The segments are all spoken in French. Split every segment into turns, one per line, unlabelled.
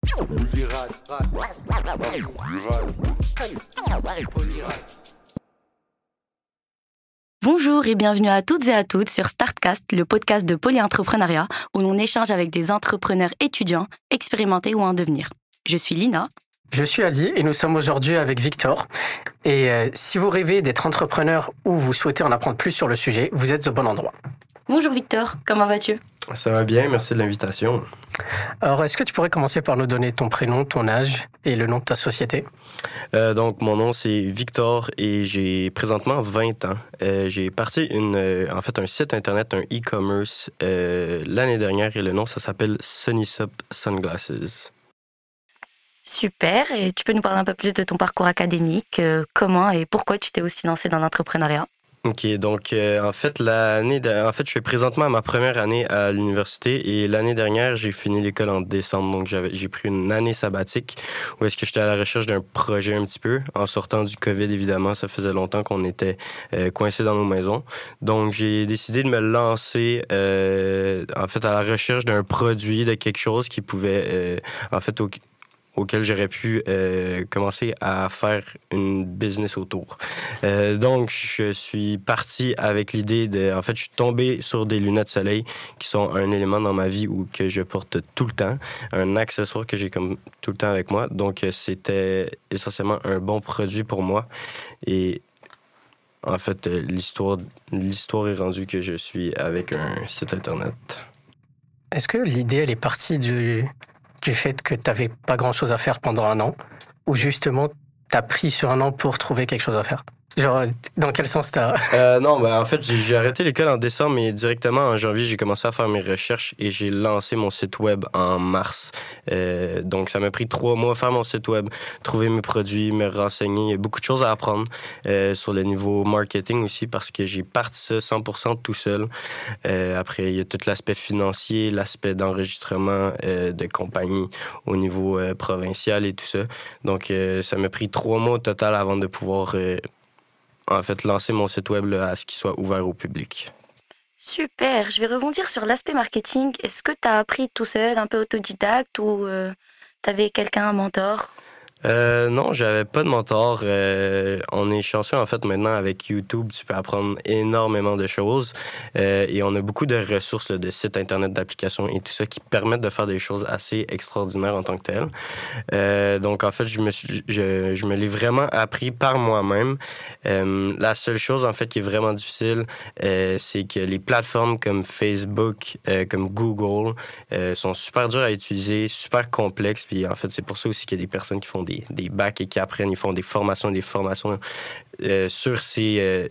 Bonjour et bienvenue à toutes et à toutes sur Startcast, le podcast de polyentrepreneuriat où l'on échange avec des entrepreneurs étudiants, expérimentés ou en devenir. Je suis Lina.
Je suis Ali et nous sommes aujourd'hui avec Victor. Et si vous rêvez d'être entrepreneur ou vous souhaitez en apprendre plus sur le sujet, vous êtes au bon endroit.
Bonjour Victor, comment vas-tu ?
Ça va bien, merci de l'invitation.
Alors, est-ce que tu pourrais commencer par nous donner ton prénom, ton âge et le nom de ta société ?
Donc, mon nom, c'est Victor et j'ai présentement 20 ans. J'ai parti un site Internet, un e-commerce l'année dernière et le nom, ça s'appelle Sunnysop Sunglasses.
Super, et tu peux nous parler un peu plus de ton parcours académique, comment et pourquoi tu t'es aussi lancé dans l'entrepreneuriat ?
OK, donc je suis présentement à ma première année à l'université et l'année dernière, j'ai fini l'école en décembre. Donc, j'ai pris une année sabbatique où est-ce que j'étais à la recherche d'un projet un petit peu. En sortant du COVID, évidemment, ça faisait longtemps qu'on était coincés dans nos maisons. Donc, j'ai décidé de me lancer à la recherche d'un produit, de quelque chose qui pouvait, auquel j'aurais pu commencer à faire une business autour. Donc, je suis parti avec l'idée je suis tombé sur des lunettes soleil qui sont un élément dans ma vie que je porte tout le temps, un accessoire que j'ai comme tout le temps avec moi. Donc, c'était essentiellement un bon produit pour moi. Et en fait, l'histoire est rendue que je suis avec un site Internet.
Est-ce que l'idée, elle est partie du fait que tu n'avais pas grand-chose à faire pendant un an, ou justement, tu as pris sur un an pour trouver quelque chose à faire ? Genre, dans quel sens t'as...
Non, en fait, j'ai arrêté l'école en décembre, mais directement en janvier, j'ai commencé à faire mes recherches et j'ai lancé mon site web en mars. Donc, ça m'a pris 3 mois à faire mon site web, trouver mes produits, me renseigner. Il y a beaucoup de choses à apprendre sur le niveau marketing aussi parce que j'ai parti ça 100% tout seul. Après, il y a tout l'aspect financier, l'aspect d'enregistrement de compagnie au niveau provincial et tout ça. Donc, ça m'a pris 3 mois au total avant de pouvoir... lancer mon site web à ce qu'il soit ouvert au public.
Super, je vais rebondir sur l'aspect marketing. Est-ce que tu as appris tout seul, un peu autodidacte, ou tu avais quelqu'un, un mentor ?
Non, j'avais pas de mentor. On est chanceux, en fait, maintenant, avec YouTube, tu peux apprendre énormément de choses. Et on a beaucoup de ressources, de sites Internet, d'applications et tout ça qui permettent de faire des choses assez extraordinaires en tant que telles. Donc, en fait, je me l'ai vraiment appris par moi-même. La seule chose, en fait, qui est vraiment difficile, c'est que les plateformes comme Facebook, comme Google, sont super dures à utiliser, super complexes. Puis, en fait, c'est pour ça aussi qu'il y a des personnes qui font des bacs et qui apprennent, ils font des formations sur ces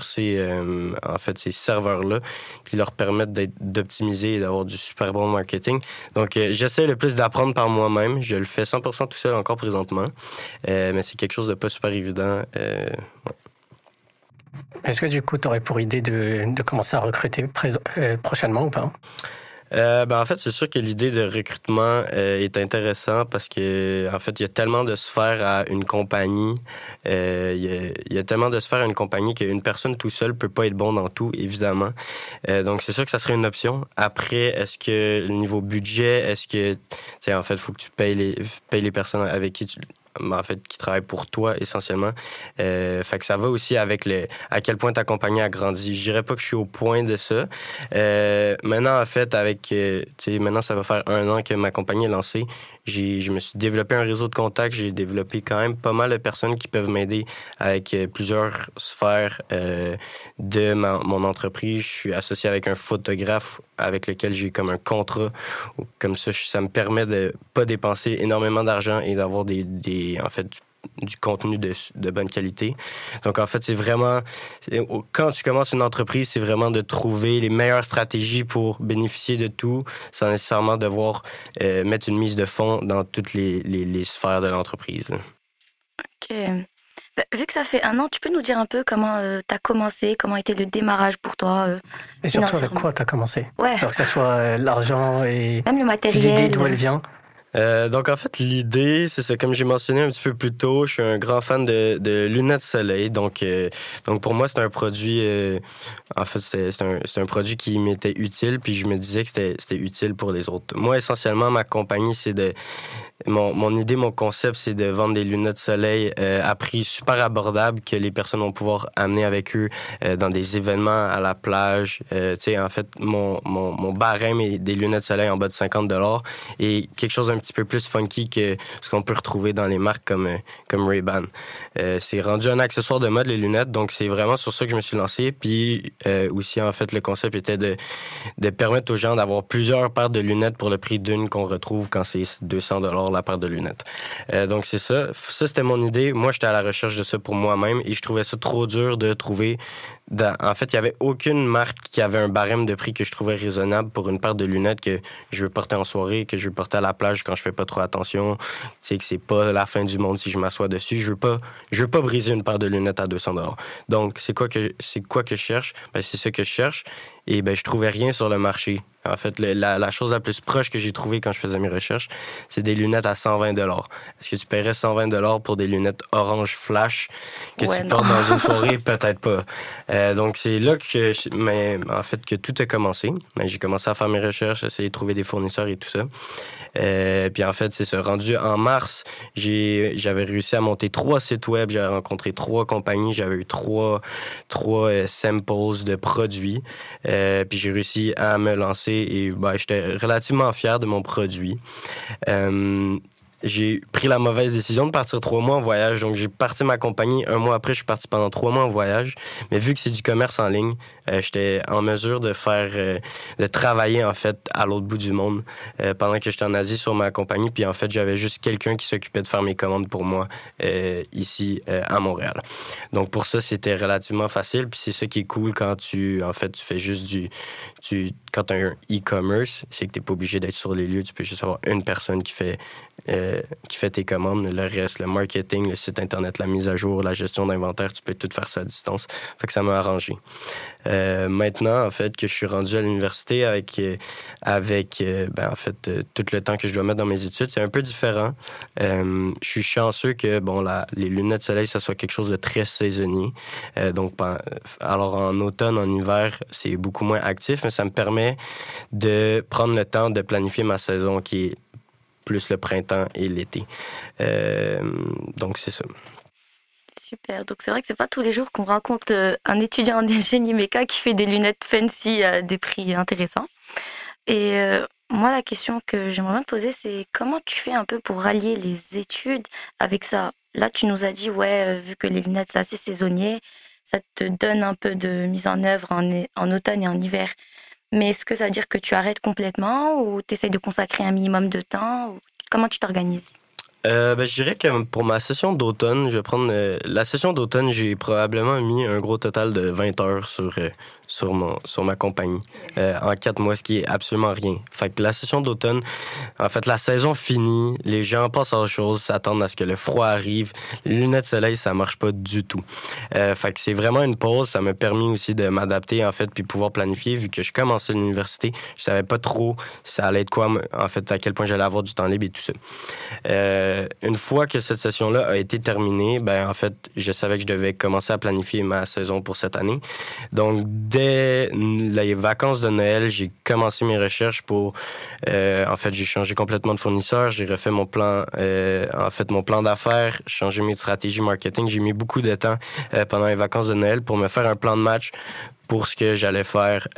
serveurs-là qui leur permettent d'optimiser et d'avoir du super bon marketing. Donc, j'essaie le plus d'apprendre par moi-même. Je le fais 100% tout seul encore présentement, mais c'est quelque chose de pas super évident. Ouais.
Est-ce que du coup, tu aurais pour idée de commencer à recruter prochainement ou pas ?
En fait, c'est sûr que l'idée de recrutement est intéressante parce que, en fait, il y a tellement de sphères à une compagnie. Il y a tellement de sphères à une compagnie qu'une personne tout seule peut pas être bon dans tout, évidemment. Donc, c'est sûr que ça serait une option. Après, est-ce que le niveau budget, est-ce que, tu sais, en fait, il faut que tu payes les personnes avec qui qui travaillent pour toi essentiellement. Fait que ça va aussi avec à quel point ta compagnie a grandi. Je dirais pas que je suis au point de ça. Maintenant, en fait, maintenant, ça va faire 1 an que ma compagnie est lancée. Je me suis développé un réseau de contacts. J'ai développé quand même pas mal de personnes qui peuvent m'aider avec plusieurs sphères de mon entreprise. Je suis associé avec un photographe avec lequel j'ai comme un contrat. Comme ça me permet de pas dépenser énormément d'argent et d'avoir du contenu de bonne qualité. Donc, en fait, quand tu commences une entreprise, c'est vraiment de trouver les meilleures stratégies pour bénéficier de tout sans nécessairement devoir mettre une mise de fonds dans toutes les sphères de l'entreprise.
OK. Vu que ça fait 1 an, tu peux nous dire un peu comment tu as commencé, comment a été le démarrage pour toi
et surtout avec quoi tu as commencé ?
Ouais.
Genre que ce soit l'argent et
même le matériel.
L'idée d'où elle vient.
Donc, en fait, l'idée, c'est ça, comme j'ai mentionné un petit peu plus tôt, je suis un grand fan de lunettes soleil. Donc pour moi, c'est un produit, en fait, c'est un produit qui m'était utile, puis je me disais que c'était utile pour les autres. Moi, essentiellement, ma compagnie, mon idée, mon concept, c'est de vendre des lunettes soleil à prix super abordable que les personnes vont pouvoir amener avec eux dans des événements à la plage. Tu sais, en fait, mon barème est des lunettes soleil en bas de 50$ et quelque chose un petit peu plus funky que ce qu'on peut retrouver dans les marques comme Ray-Ban. C'est rendu un accessoire de mode, les lunettes, donc c'est vraiment sur ça que je me suis lancé. Puis aussi, en fait, le concept était de permettre aux gens d'avoir plusieurs paires de lunettes pour le prix d'une qu'on retrouve quand c'est 200$ la paire de lunettes. Donc, c'est ça. Ça, c'était mon idée. Moi, j'étais à la recherche de ça pour moi-même et je trouvais ça trop dur de trouver... En fait, il n'y avait aucune marque qui avait un barème de prix que je trouvais raisonnable pour une paire de lunettes que je veux porter en soirée, que je veux porter à la plage quand je fais pas trop attention. Tu sais, que c'est pas la fin du monde si je m'assois dessus. Je veux pas briser une paire de lunettes à 200$. Donc, c'est quoi que je cherche? Ben, c'est ça que je cherche. Et ben, je trouvais rien sur le marché. En fait, la chose la plus proche que j'ai trouvée quand je faisais mes recherches, c'est des lunettes à 120$. Est-ce que tu paierais 120$ pour des lunettes orange flash que tu portes dans une soirée? Peut-être pas. Donc, c'est là en fait, que tout a commencé. J'ai commencé à faire mes recherches, essayer de trouver des fournisseurs et tout ça. Puis en fait, c'est ça. Rendu en mars, j'avais réussi à monter 3 sites web. J'avais rencontré 3 compagnies. J'avais eu 3 samples de produits. Puis j'ai réussi à me lancer et j'étais relativement fier de mon produit. J'ai pris la mauvaise décision de partir 3 mois en voyage. Donc, j'ai parti ma compagnie. 1 mois après, je suis parti pendant 3 mois en voyage. Mais vu que c'est du commerce en ligne, j'étais en mesure de travailler, en fait, à l'autre bout du monde pendant que j'étais en Asie sur ma compagnie. Puis, en fait, j'avais juste quelqu'un qui s'occupait de faire mes commandes pour moi ici à Montréal. Donc, pour ça, c'était relativement facile. Puis, c'est ça qui est cool quand tu fais juste quand tu as un e-commerce, c'est que tu n'es pas obligé d'être sur les lieux. Tu peux juste avoir une personne qui fait tes commandes. Le reste, le marketing, le site Internet, la mise à jour, la gestion d'inventaire, tu peux tout faire ça à distance. Fait que ça m'a arrangé. Maintenant, en fait, que je suis rendu à l'université avec tout le temps que je dois mettre dans mes études, c'est un peu différent. Je suis chanceux que, les lunettes de soleil, ça soit quelque chose de très saisonnier. Alors, en automne, en hiver, c'est beaucoup moins actif, mais ça me permet de prendre le temps de planifier ma saison qui est plus le printemps et l'été. Donc, c'est ça.
Super. Donc, c'est vrai que c'est pas tous les jours qu'on rencontre un étudiant en génie méca qui fait des lunettes fancy à des prix intéressants. Et moi, la question que j'aimerais bien te poser, c'est comment tu fais un peu pour rallier les études avec ça? Là, tu nous as dit, vu que les lunettes, c'est assez saisonnier, ça te donne un peu de mise en œuvre en automne et en hiver. Mais est-ce que ça veut dire que tu arrêtes complètement ou tu essaies de consacrer un minimum de temps? Comment tu t'organises?
Je dirais que pour ma session d'automne, je vais prendre... la session d'automne, j'ai probablement mis un gros total de 20 heures sur ma compagnie en 4 mois, ce qui est absolument rien. Fait que la session d'automne, en fait, la saison finie, les gens passent à autre chose, s'attendent à ce que le froid arrive. Les lunettes de soleil, ça marche pas du tout. Fait que c'est vraiment une pause. Ça m'a permis aussi de m'adapter, en fait, puis pouvoir planifier. Vu que je commençais l'université, je savais pas trop ça allait être quoi, en fait, à quel point j'allais avoir du temps libre et tout ça. Une fois que cette session-là a été terminée, en fait, je savais que je devais commencer à planifier ma saison pour cette année. Donc, dès les vacances de Noël, j'ai commencé mes recherches pour... en fait, j'ai changé complètement de fournisseur. J'ai refait mon plan d'affaires, changé mes stratégies marketing. J'ai mis beaucoup de temps pendant les vacances de Noël pour me faire un plan de match pour ce que j'allais faire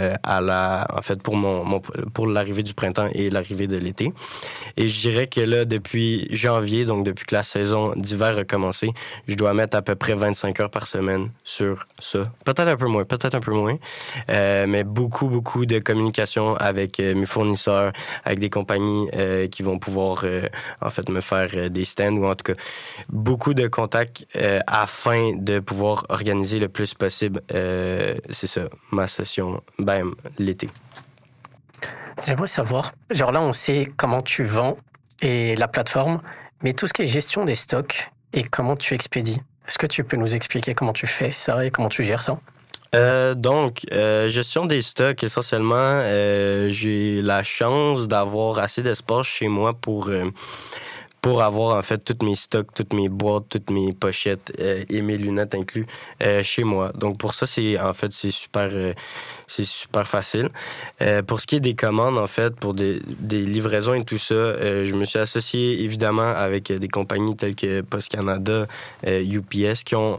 pour l'arrivée du printemps et l'arrivée de l'été. Et je dirais que là, depuis janvier, donc depuis que la saison d'hiver a commencé, je dois mettre à peu près 25 heures par semaine sur ça. Peut-être un peu moins, mais beaucoup de communication avec mes fournisseurs, avec des compagnies qui vont pouvoir me faire des stands ou en tout cas beaucoup de contacts afin de pouvoir organiser le plus possible c'est ça, ma session, l'été.
J'aimerais savoir, là, on sait comment tu vends et la plateforme, mais tout ce qui est gestion des stocks et comment tu expédies. Est-ce que tu peux nous expliquer comment tu fais ça et comment tu gères ça?
Gestion des stocks, essentiellement, j'ai la chance d'avoir assez d'espace chez moi pour avoir en fait tous mes stocks, toutes mes boîtes, toutes mes pochettes et mes lunettes inclus chez moi. Donc pour ça, c'est super facile. Pour ce qui est des commandes, en fait, pour des livraisons et tout ça, je me suis associé évidemment avec des compagnies telles que Post Canada, UPS, qui ont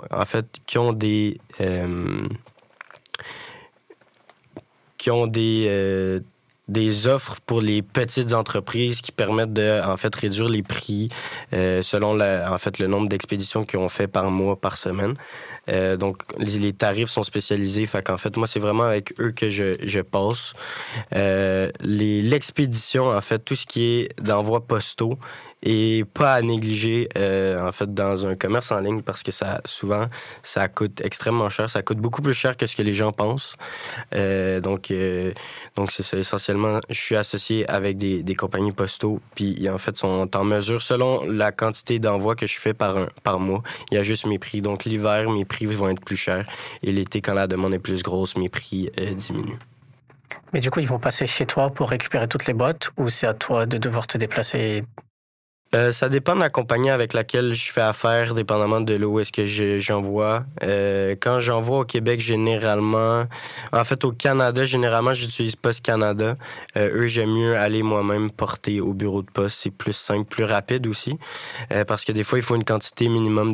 des offres pour les petites entreprises qui permettent de en fait réduire les prix selon le nombre d'expéditions qu'ils ont fait par mois, par semaine. Donc les tarifs sont spécialisés, fait qu'en fait moi c'est vraiment avec eux que je passe. L'expédition, en fait, tout ce qui est d'envoi postaux et pas à négliger en fait dans un commerce en ligne parce que ça coûte extrêmement cher, ça coûte beaucoup plus cher que ce que les gens pensent. Donc c'est ça, essentiellement je suis associé avec des compagnies postaux puis en fait sont en mesure selon la quantité d'envois que je fais par mois, il y a juste mes prix. Donc l'hiver mes prix vont être plus chers et l'été quand la demande est plus grosse mes prix diminuent.
Mais du coup, ils vont passer chez toi pour récupérer toutes les boîtes ou c'est à toi de devoir te déplacer?
Ça dépend de la compagnie avec laquelle je fais affaire, dépendamment de là où est-ce que j'envoie. Quand j'envoie au Québec, généralement... En fait, au Canada, généralement, j'utilise Post Canada. Eux, j'aime mieux aller moi-même porter au bureau de poste. C'est plus simple, plus rapide aussi. Parce que des fois, il faut une quantité minimum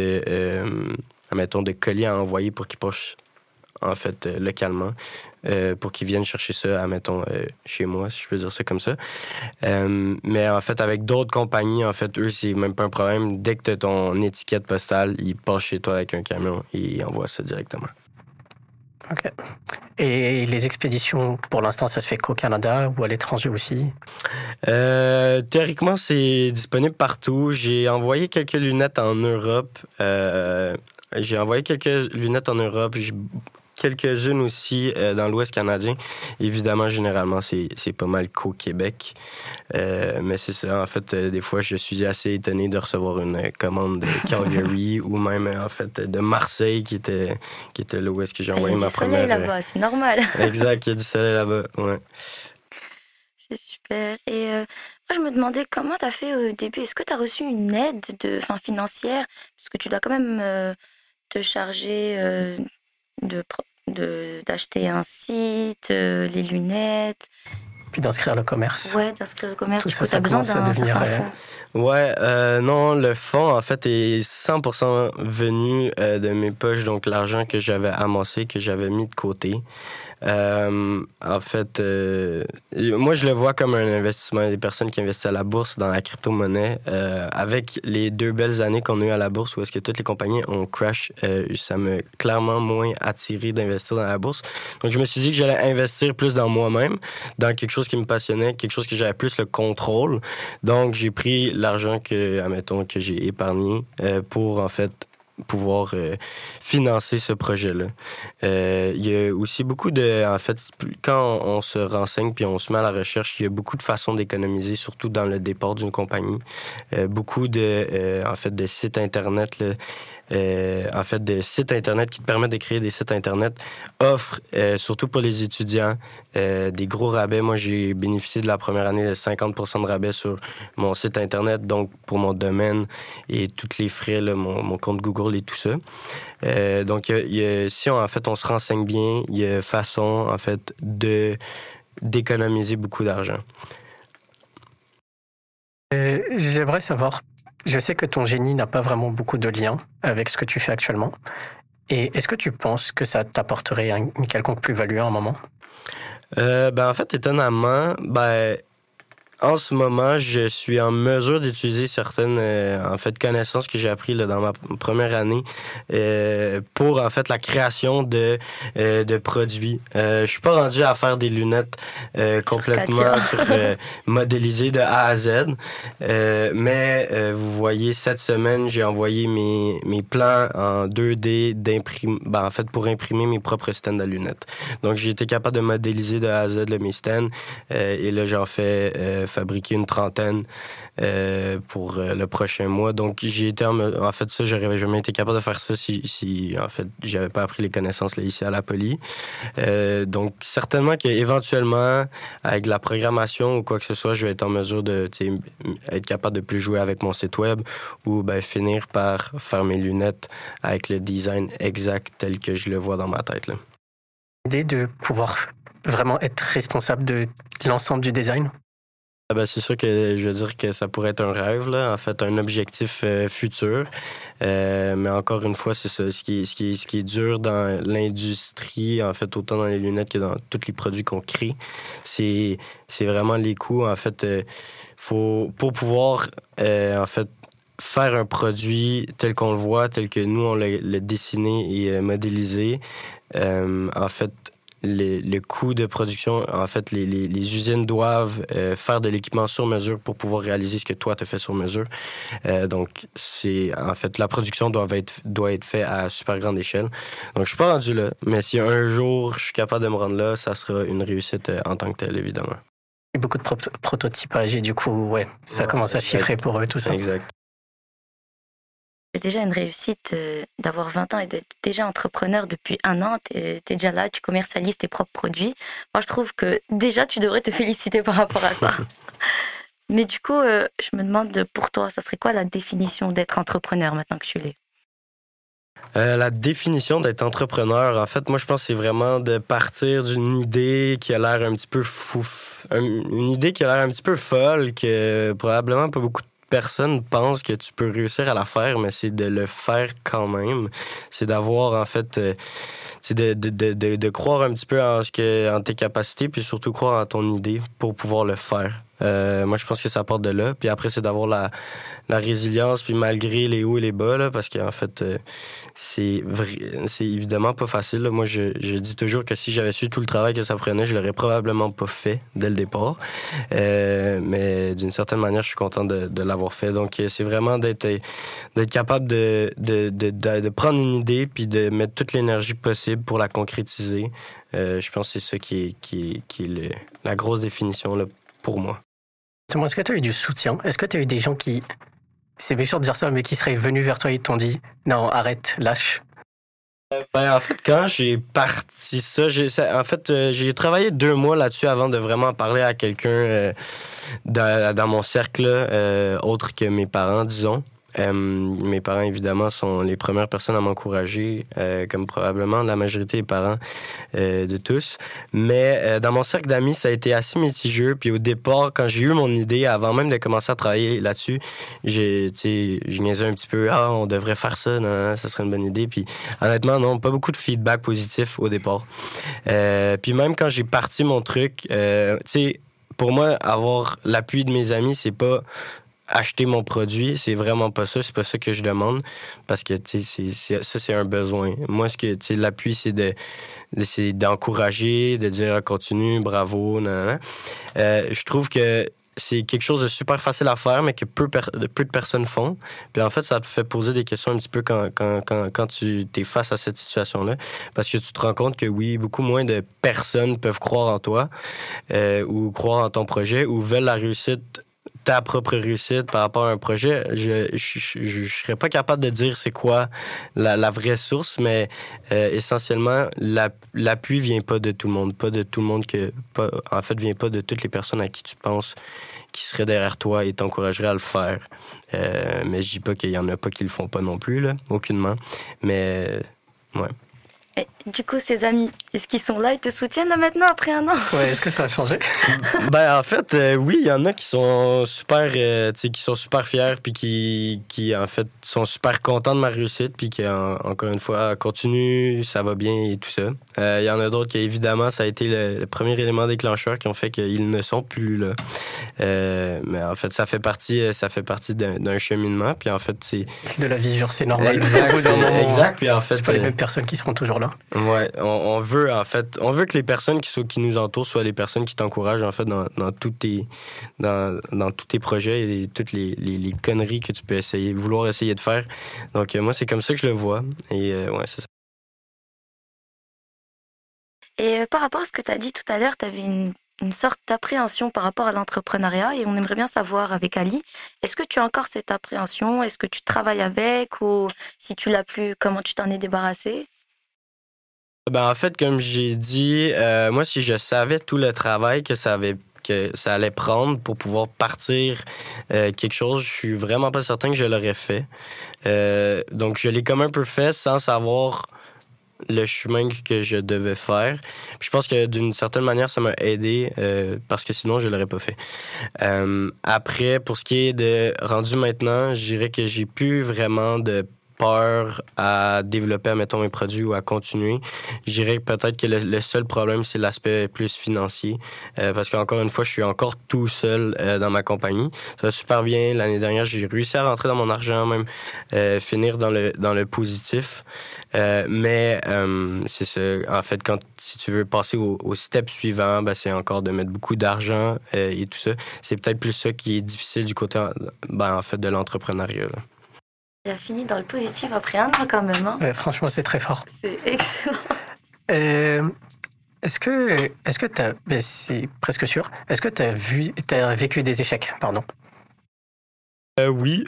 de colis à envoyer pour qu'ils pochent en fait, localement, pour qu'ils viennent chercher ça, admettons, chez moi, si je peux dire ça comme ça. Mais en fait, avec d'autres compagnies, en fait, eux, c'est même pas un problème. Dès que tu as ton étiquette postale, ils passent chez toi avec un camion et ils envoient ça directement.
OK. Et les expéditions, pour l'instant, ça se fait qu'au Canada ou à l'étranger aussi?
Théoriquement, c'est disponible partout. J'ai envoyé quelques lunettes en Europe. Quelques-unes aussi dans l'Ouest canadien. Évidemment, généralement, c'est pas mal qu'au Québec. Mais c'est ça, en fait, des fois, je suis assez étonné de recevoir une commande de Calgary ou même, en fait, de Marseille, qui était là où est-ce que j'ai envoyé ma première...
Il y a du soleil là-bas, c'est normal.
Exact, il y a du soleil là-bas, ouais.
C'est super. Et moi, je me demandais comment tu as fait au début. Est-ce que tu as reçu une aide financière? Parce que tu dois quand même te charger d'acheter un site, les lunettes.
Puis d'inscrire le commerce.
Ouais, d'inscrire le commerce.
Tout
Du
ça,
coup, tu as besoin d'un certain fonds.
Ouais, non, le fonds, en fait, est 100% venu de mes poches, donc l'argent que j'avais amassé, que j'avais mis de côté. En fait, moi, je le vois comme un investissement. Des personnes qui investissent à la bourse dans la crypto-monnaie. Avec les 2 belles années qu'on a eues à la bourse, où est-ce que toutes les compagnies ont crash, ça m'a clairement moins attiré d'investir dans la bourse. Donc, je me suis dit que j'allais investir plus dans moi-même, dans quelque chose qui me passionnait, quelque chose que j'avais plus le contrôle. Donc, j'ai pris l'argent que j'ai épargné pour, en fait, pouvoir financer ce projet-là. Il y a aussi beaucoup en fait, quand on se renseigne puis on se met à la recherche, il y a beaucoup de façons d'économiser, surtout dans le départ d'une compagnie. Beaucoup en fait, de sites Internet, là, de sites Internet qui te permettent de créer des sites Internet offrent, surtout pour les étudiants, des gros rabais. Moi, j'ai bénéficié de la première année de 50% de rabais sur mon site Internet, donc pour mon domaine et tous les frais, là, mon compte Google et tout ça. Donc, si on se renseigne bien, il y a façon, en fait, d'économiser beaucoup d'argent.
J'aimerais savoir, je sais que ton génie n'a pas vraiment beaucoup de lien avec ce que tu fais actuellement. Et est-ce que tu penses que ça t'apporterait une quelconque plus-value à un moment?
En fait, étonnamment, en ce moment, je suis en mesure d'utiliser certaines connaissances que j'ai apprises dans ma première année pour en fait la création de produits. Je suis pas rendu à faire des lunettes complètement modélisées de A à Z, mais vous voyez, cette semaine, j'ai envoyé mes plans en 2D pour imprimer mes propres stands de lunettes. Donc, j'ai été capable de modéliser de A à Z mes stands et là, j'en fais fabriquer une trentaine pour le prochain mois. Donc, j'ai été en fait, ça, j'aurais jamais été capable de faire ça si en fait, j'avais pas appris les connaissances là, ici à la Poly. Donc, certainement qu'éventuellement, avec de la programmation ou quoi que ce soit, je vais être en mesure de être capable de plus jouer avec mon site web ou finir par faire mes lunettes avec le design exact tel que je le vois dans ma tête.
L'idée de pouvoir vraiment être responsable de l'ensemble du design?
C'est sûr que je veux dire que ça pourrait être un rêve, là, en fait, un objectif futur. Mais encore une fois, c'est ça. Ce qui est dur dans l'industrie, en fait, autant dans les lunettes que dans tous les produits qu'on crée, c'est vraiment les coûts. En fait, pour pouvoir, en fait, faire un produit tel qu'on le voit, tel que nous, on l'a dessiné et modélisé, en fait, le coût de production, en fait, les usines doivent faire de l'équipement sur mesure pour pouvoir réaliser ce que toi, tu as fait sur mesure. Donc, en fait, la production doit être faite à super grande échelle. Donc, je suis pas rendu là, mais si un jour je suis capable de me rendre là, ça sera une réussite en tant que telle, évidemment.
Beaucoup de prototypage et du coup, ça commence à chiffrer pour eux, tout ça.
Exact.
C'est déjà une réussite d'avoir 20 ans et d'être déjà entrepreneur depuis 1 an. T'es déjà là, tu commercialises tes propres produits. Moi, je trouve que déjà, tu devrais te féliciter par rapport à ça. Mais du coup, je me demande, pour toi, ça serait quoi la définition d'être entrepreneur maintenant que tu l'es?
La définition d'être entrepreneur, en fait, moi, je pense que c'est vraiment de partir d'une idée qui a l'air un petit peu une idée qui a l'air un petit peu folle, que probablement pas beaucoup de personnes pensent que tu peux réussir à la faire, mais c'est de le faire quand même. C'est d'avoir, en fait, de croire un petit peu en tes capacités, puis surtout croire en ton idée pour pouvoir le faire. Moi, je pense que ça part de là. Puis après, c'est d'avoir la résilience, puis malgré les hauts et les bas, là, parce qu'en fait, c'est évidemment pas facile. Là. Moi, je dis toujours que si j'avais su tout le travail que ça prenait, je l'aurais probablement pas fait dès le départ. Mais d'une certaine manière, je suis content de l'avoir fait. Donc, c'est vraiment d'être capable de prendre une idée, puis de mettre toute l'énergie possible pour la concrétiser. Je pense que c'est ça qui est la grosse définition là, pour moi.
Est-ce que tu as eu du soutien? Est-ce que tu as eu des gens qui, c'est bien sûr de dire ça, mais qui seraient venus vers toi et t'ont dit « Non, arrête, lâche ».
En fait, quand j'ai parti ça, j'ai travaillé 2 mois là-dessus avant de vraiment parler à quelqu'un dans mon cercle, autre que mes parents, disons. Mes parents, évidemment, sont les premières personnes à m'encourager, comme probablement la majorité des parents de tous. Mais dans mon cercle d'amis, ça a été assez mitigeux. Puis au départ, quand j'ai eu mon idée, avant même de commencer à travailler là-dessus, j'ai niaisé un petit peu. « Ah, on devrait faire ça, non, ça serait une bonne idée. » Puis honnêtement, non, pas beaucoup de feedback positif au départ. Puis même quand j'ai parti mon truc, pour moi, avoir l'appui de mes amis, c'est pas acheter mon produit, c'est vraiment pas ça, c'est pas ça que je demande, parce que c'est un besoin. Moi, l'appui, c'est d'encourager, de dire continue, bravo, nanana. Je trouve que c'est quelque chose de super facile à faire, mais que peu de personnes font. Puis en fait, ça te fait poser des questions un petit peu quand tu es face à cette situation-là, parce que tu te rends compte que oui, beaucoup moins de personnes peuvent croire en toi ou croire en ton projet ou veulent la réussite, ta propre réussite par rapport à un projet. Je serais pas capable de dire c'est quoi la vraie source, mais essentiellement, l'appui vient pas de tout le monde. Pas de tout le monde en fait, vient pas de toutes les personnes à qui tu penses qui seraient derrière toi et t'encourageraient à le faire. Mais je dis pas qu'il y en a pas qui le font pas non plus, là, aucunement. Mais, ouais.
Et du coup, ces amis, est-ce qu'ils sont là et te soutiennent là maintenant après 1 an?
Ouais, est-ce que ça a changé?
En fait, oui, il y en a qui sont super, qui sont super fiers, puis qui en fait sont super contents de ma réussite, puis qui encore une fois continue, ça va bien et tout ça. Il y en a d'autres qui évidemment ça a été le premier élément déclencheur qui ont fait qu'ils ne sont plus là. Mais en fait, ça fait partie d'un cheminement, puis en fait c'est
de la vie, genre c'est normal.
Exact. Puis en fait,
c'est pas les mêmes personnes qui seront toujours là.
Ouais, on veut que les personnes qui nous entourent soient les personnes qui t'encouragent en fait dans tous tes projets et toutes les conneries que tu peux vouloir essayer de faire. Donc moi c'est comme ça que je le vois et ouais, c'est ça.
Et par rapport à ce que tu as dit tout à l'heure, tu avais une une sorte d'appréhension par rapport à l'entrepreneuriat et on aimerait bien savoir avec Ali, est-ce que tu as encore cette appréhension? Est-ce que tu travailles avec ou si tu l'as plus, comment tu t'en es débarrassé?
Ben, en fait, comme j'ai dit, moi, si je savais tout le travail que ça allait prendre pour pouvoir partir quelque chose, je suis vraiment pas certain que je l'aurais fait. Donc, je l'ai comme un peu fait sans savoir le chemin que je devais faire. Puis je pense que d'une certaine manière, ça m'a aidé parce que sinon, je l'aurais pas fait. Après, pour ce qui est de rendu maintenant, je dirais que j'ai plus vraiment de peur à développer, admettons, mes produits ou à continuer. Je dirais que peut-être que le seul problème, c'est l'aspect plus financier. Parce qu'encore une fois, je suis encore tout seul dans ma compagnie. Ça va super bien. L'année dernière, j'ai réussi à rentrer dans mon argent, même finir dans le positif. Mais c'est ça. En fait, si tu veux passer au step suivant, ben, c'est encore de mettre beaucoup d'argent et tout ça. C'est peut-être plus ça qui est difficile du côté, en fait, de l'entrepreneuriat, là.
Tu as fini dans le positif après un an quand même. Hein?
Ouais, franchement, c'est très fort.
C'est excellent.
Est-ce que t'as, ben, c'est presque sûr, est-ce que t'as vécu des échecs, pardon?
Oui.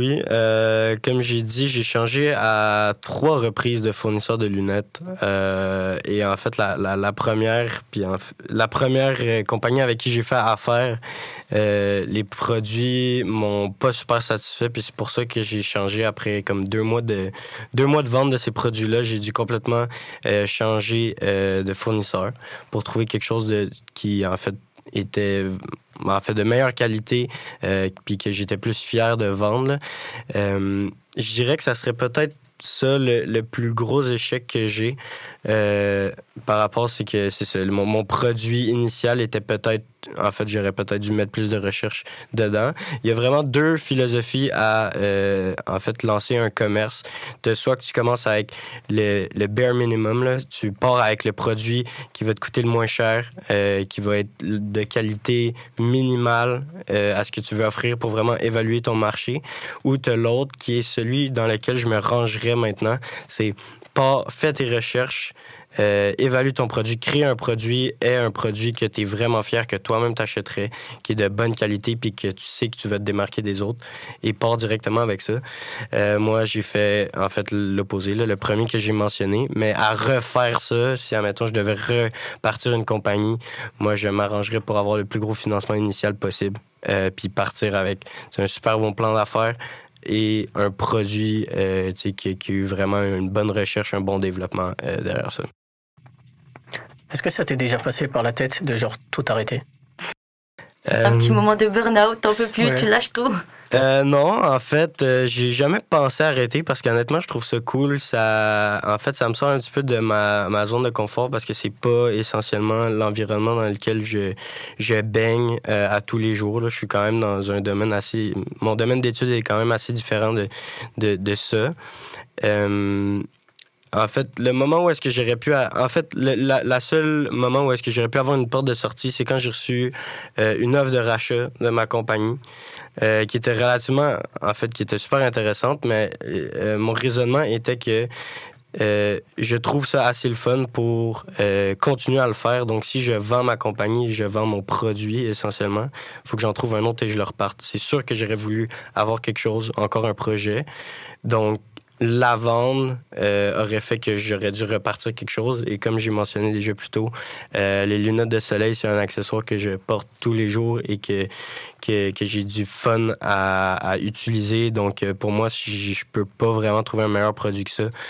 Comme j'ai dit, j'ai changé à 3 reprises de fournisseur de lunettes. Et en fait, la première compagnie avec qui j'ai fait affaire, les produits m'ont pas super satisfait. Puis c'est pour ça que j'ai changé après comme 2 mois de vente de ces produits-là. J'ai dû complètement changer de fournisseur pour trouver quelque chose qui en fait était de meilleure qualité puis que j'étais plus fier de vendre. Je dirais que ça serait peut-être ça le plus gros échec que j'ai par rapport, c'est que c'est ça, mon produit initial était peut-être, en fait, j'aurais peut-être dû mettre plus de recherche dedans. Il y a vraiment 2 philosophies à, en fait, lancer un commerce. Soit que tu commences avec le bare minimum, là. Tu pars avec le produit qui va te coûter le moins cher, qui va être de qualité minimale à ce que tu veux offrir pour vraiment évaluer ton marché. Ou tu as l'autre qui est celui dans lequel je me rangerais maintenant. C'est fais tes recherches, évalue ton produit, crée un produit, aie un produit que tu es vraiment fier, que toi-même t'achèterais, qui est de bonne qualité, puis que tu sais que tu vas te démarquer des autres, et pars directement avec ça. Moi, j'ai fait, en fait, l'opposé, là, le premier que j'ai mentionné, mais à refaire ça, si, admettons, je devais repartir une compagnie, moi, je m'arrangerais pour avoir le plus gros financement initial possible, puis partir avec un super bon plan d'affaires, et un produit qui a eu vraiment une bonne recherche, un bon développement derrière ça.
Est-ce que ça t'est déjà passé par la tête de genre tout arrêter?
Un petit moment de burn-out, t'en peux plus, ouais. Tu lâches tout.
Non, en fait, j'ai jamais pensé à arrêter parce qu'honnêtement, je trouve ça cool. En fait, ça me sort un petit peu de ma zone de confort parce que c'est pas essentiellement l'environnement dans lequel je baigne à tous les jours. Là. Je suis quand même dans un domaine assez... Mon domaine d'études est quand même assez différent de ça. En fait, le moment où est-ce que j'aurais pu... En fait, la seule moment où est-ce que j'aurais pu avoir une porte de sortie, c'est quand j'ai reçu une offre de rachat de ma compagnie qui était relativement... En fait, qui était super intéressante, mais mon raisonnement était que je trouve ça assez le fun pour continuer à le faire. Donc, si je vends ma compagnie, je vends mon produit essentiellement, il faut que j'en trouve un autre et je le reparte. C'est sûr que j'aurais voulu avoir quelque chose, encore un projet. Donc, la vendre aurait fait que j'aurais dû repartir quelque chose. Et comme j'ai mentionné déjà plus tôt, les lunettes de soleil, c'est un accessoire que je porte tous les jours et que j'ai du fun à utiliser. Donc, pour moi, je peux pas vraiment trouver un meilleur produit que ça.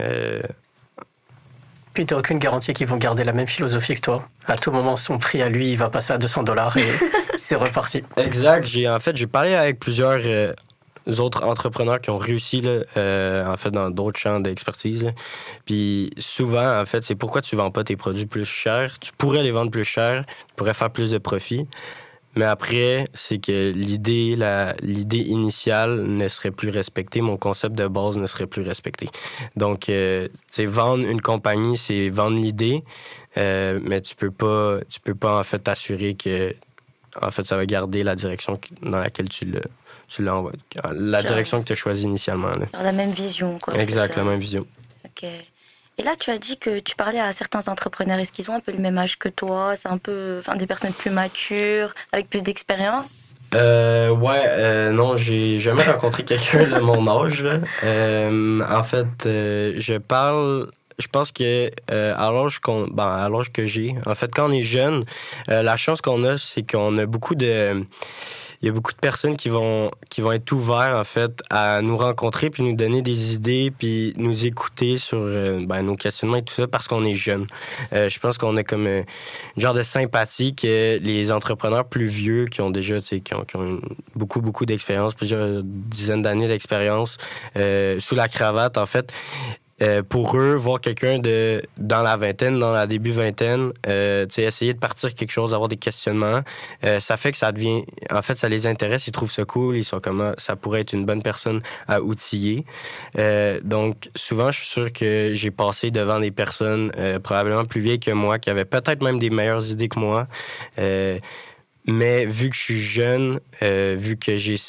Puis, tu n'as aucune garantie qu'ils vont garder la même philosophie que toi. À tout moment, son prix à lui, il va passer à $200 et c'est reparti.
Exact. J'ai parlé avec plusieurs... autres entrepreneurs qui ont réussi là, en fait dans d'autres champs d'expertise. Là. Puis souvent, en fait, c'est pourquoi tu vends pas tes produits plus chers. Tu pourrais les vendre plus cher, tu pourrais faire plus de profit. Mais après, c'est que l'idée initiale ne serait plus respectée. Mon concept de base ne serait plus respecté. Donc, vendre une compagnie, c'est vendre l'idée, mais tu peux pas en fait t'assurer que en fait, ça va garder la direction dans laquelle tu l'envoies. La direction que tu as choisie initialement. Là.
Alors, la même vision, quoi.
Exact, la même vision.
OK. Et là, tu as dit que tu parlais à certains entrepreneurs. Est-ce qu'ils ont un peu le même âge que toi? C'est un peu, enfin, des personnes plus matures, avec plus d'expérience?
Non, j'ai jamais rencontré quelqu'un de mon âge, là. En fait, je pense que à l'âge que j'ai, en fait, quand on est jeune, la chance qu'on a, c'est qu'on a il y a beaucoup de personnes qui vont être ouvertes, en fait, à nous rencontrer puis nous donner des idées puis nous écouter sur nos questionnements et tout ça parce qu'on est jeune. Je pense qu'on a comme une genre de sympathie que les entrepreneurs plus vieux qui ont déjà, tu sais, qui ont beaucoup d'expérience, plusieurs dizaines d'années d'expérience sous la cravate, en fait. Pour eux, voir quelqu'un dans la vingtaine, dans la début vingtaine, essayer de partir quelque chose, avoir des questionnements, ça fait que ça devient, en fait, ça les intéresse, ils trouvent ça cool, ils sont comme ça pourrait être une bonne personne à outiller. Donc, souvent, je suis sûr que j'ai passé devant des personnes probablement plus vieilles que moi, qui avaient peut-être même des meilleures idées que moi. Mais vu que je suis jeune, vu que j'ai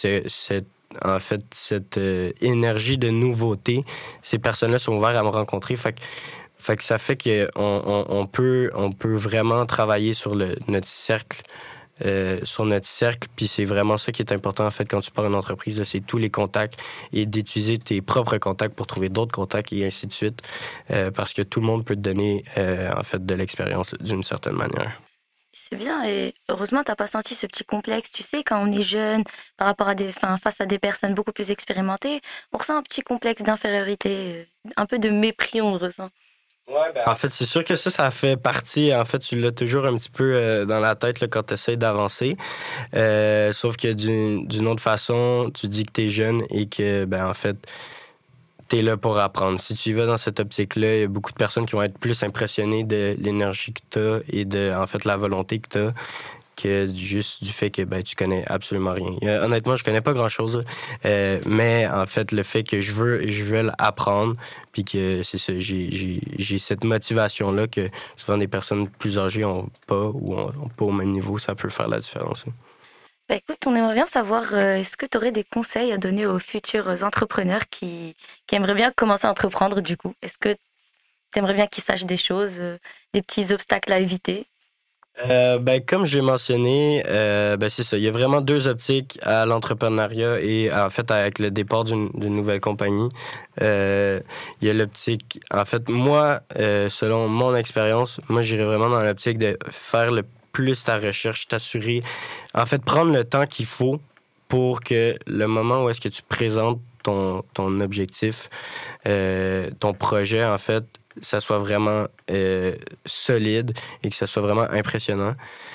cette énergie de nouveauté, ces personnes-là sont ouvertes à me rencontrer. Fait que ça fait qu'on peut vraiment travailler sur notre cercle. Puis c'est vraiment ça qui est important, en fait, quand tu pars une entreprise, là, c'est tous les contacts et d'utiliser tes propres contacts pour trouver d'autres contacts et ainsi de suite. Parce que tout le monde peut te donner, en fait, de l'expérience d'une certaine manière.
C'est bien et heureusement, t'as pas senti ce petit complexe. Tu sais, quand on est jeune, par rapport à face à des personnes beaucoup plus expérimentées, on ressent un petit complexe d'infériorité, un peu de mépris, on le ressent.
En fait, c'est sûr que ça fait partie. En fait, tu l'as toujours un petit peu dans la tête là, quand tu essaies d'avancer. Sauf que d'une autre façon, tu dis que tu es jeune et que, en fait, t'es là pour apprendre. Si tu y vas dans cette optique-là, il y a beaucoup de personnes qui vont être plus impressionnées de l'énergie que t'as et de, en fait, la volonté que t'as que juste du fait que tu connais absolument rien. Honnêtement, je connais pas grand-chose, mais en fait, le fait que je veux apprendre, puis que c'est ça, j'ai cette motivation-là que souvent des personnes plus âgées ont pas ou ont pas au même niveau, ça peut faire la différence.
Écoute, on aimerait bien savoir, est-ce que tu aurais des conseils à donner aux futurs entrepreneurs qui aimeraient bien commencer à entreprendre du coup? Est-ce que tu aimerais bien qu'ils sachent des choses, des petits obstacles à éviter?
Comme je l'ai mentionné, c'est ça. Il y a vraiment deux optiques à l'entrepreneuriat et en fait avec le départ d'une nouvelle compagnie. Il y a l'optique. En fait, moi, selon mon expérience, moi j'irais vraiment dans l'optique de faire le plus ta recherche, t'assurer, en fait, prendre le temps qu'il faut pour que le moment où est-ce que tu présentes ton objectif, ton projet, en fait, ça soit vraiment solide et que ça soit vraiment impressionnant.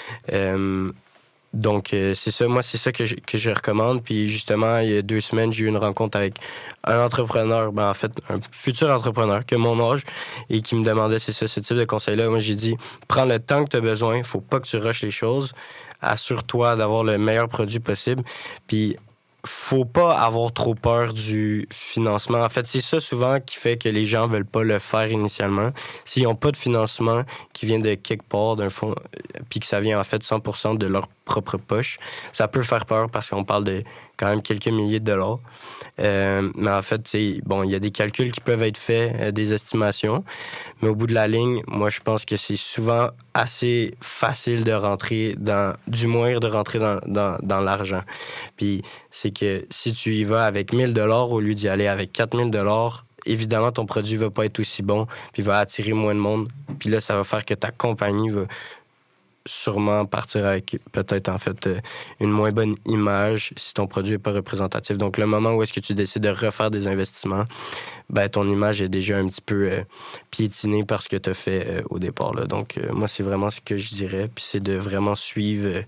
Donc, c'est ça. Moi, c'est ça que je recommande. Puis, justement, il y a 2 semaines, j'ai eu une rencontre avec un entrepreneur, en fait, un futur entrepreneur que mon âge et qui me demandait, c'est ça, ce type de conseil-là. Moi, j'ai dit, prends le temps que tu as besoin. Il faut pas que tu rushes les choses. Assure-toi d'avoir le meilleur produit possible. Puis, faut pas avoir trop peur du financement. En fait, c'est ça souvent qui fait que les gens veulent pas le faire initialement. S'ils n'ont pas de financement qui vient de quelque part, d'un fond, puis que ça vient en fait 100% de leur propre poche, ça peut faire peur parce qu'on parle de quand même quelques milliers de dollars. Mais en fait, il y a des calculs qui peuvent être faits, des estimations. Mais au bout de la ligne, moi, je pense que c'est souvent assez facile de rentrer du moins de rentrer dans l'argent. Puis c'est que si tu y vas avec 1 000 $ au lieu d'y aller avec 4 000 $, évidemment, ton produit va pas être aussi bon, puis va attirer moins de monde. Puis là, ça va faire que ta compagnie va sûrement partir avec peut-être en fait une moins bonne image si ton produit n'est pas représentatif. Donc, le moment où est-ce que tu décides de refaire des investissements, ton image est déjà un petit peu piétinée par ce que tu as fait au départ. Là. Donc, moi, c'est vraiment ce que je dirais. Puis, c'est de vraiment suivre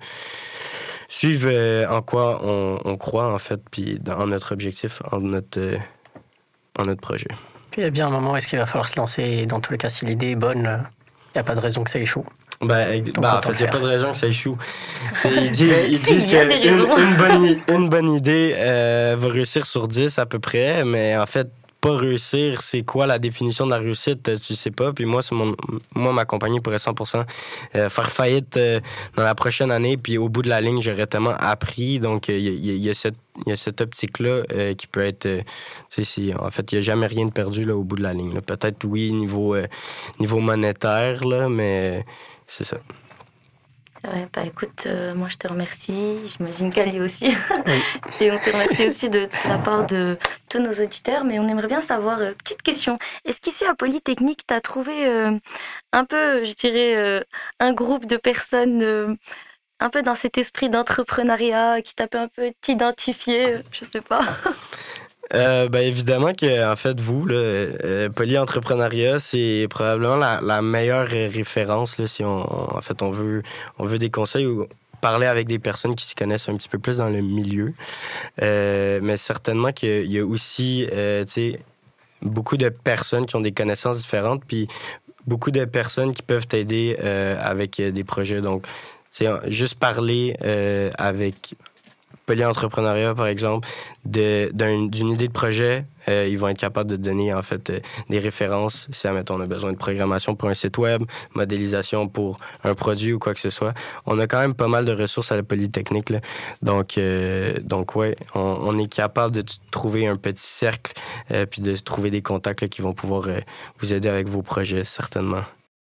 en quoi on croit, en fait, puis dans notre objectif, en notre projet.
Puis, il y a bien un moment où est-ce qu'il va falloir se lancer. Et dans tous les cas, si l'idée est bonne, il n'y a pas de raison que ça échoue.
En fait, il n'y a pas de raison que ça échoue. Ils disent qu'une bonne idée va réussir sur 10 à peu près, mais en fait, pas réussir, c'est quoi la définition de la réussite, tu sais pas. Puis moi, ma compagnie pourrait 100% faire faillite dans la prochaine année. Puis au bout de la ligne, j'aurais tellement appris. Donc, il y a cette optique-là qui peut être... en fait, il n'y a jamais rien de perdu là, au bout de la ligne. Là. Peut-être, oui, niveau monétaire, là, mais c'est ça.
Ouais, bah écoute, moi je te remercie, j'imagine qu'Ali aussi. Oui. Et on te remercie aussi de la part de tous nos auditeurs, mais on aimerait bien savoir, petite question, est-ce qu'ici à Polytechnique, tu as trouvé un peu, je dirais, un groupe de personnes un peu dans cet esprit d'entrepreneuriat qui t'a un peu t'identifier, je sais pas.
Évidemment que, en fait, vous, Polyentrepreneuriat, c'est probablement la meilleure référence, là, si on veut des conseils ou parler avec des personnes qui s'y connaissent un petit peu plus dans le milieu. Mais certainement qu'il y a aussi, beaucoup de personnes qui ont des connaissances différentes, puis beaucoup de personnes qui peuvent t'aider avec des projets. Donc, juste parler avec Polyentrepreneuriat, par exemple, d'une idée de projet, ils vont être capables de donner, en fait, des références. Si, admettons, on a besoin de programmation pour un site web, modélisation pour un produit ou quoi que ce soit. On a quand même pas mal de ressources à la Polytechnique, là. Donc ouais, on est capable de trouver un petit cercle puis de trouver des contacts là, qui vont pouvoir vous aider avec vos projets, certainement.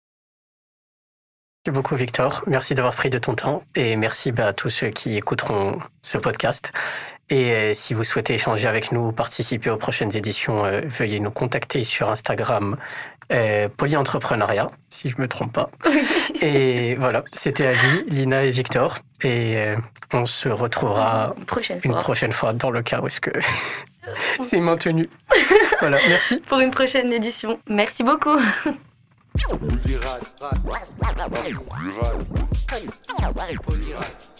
Merci beaucoup, Victor. Merci d'avoir pris de ton temps et merci à tous ceux qui écouteront ce podcast. Et si vous souhaitez échanger avec nous ou participer aux prochaines éditions, veuillez nous contacter sur Instagram Polyentrepreneuriat, si je ne me trompe pas. Et voilà, c'était Ali, Lina et Victor. Et on se retrouvera une prochaine fois dans le cas où est-ce que c'est maintenu. Voilà, merci.
Pour une prochaine édition. Merci beaucoup. Polyrad.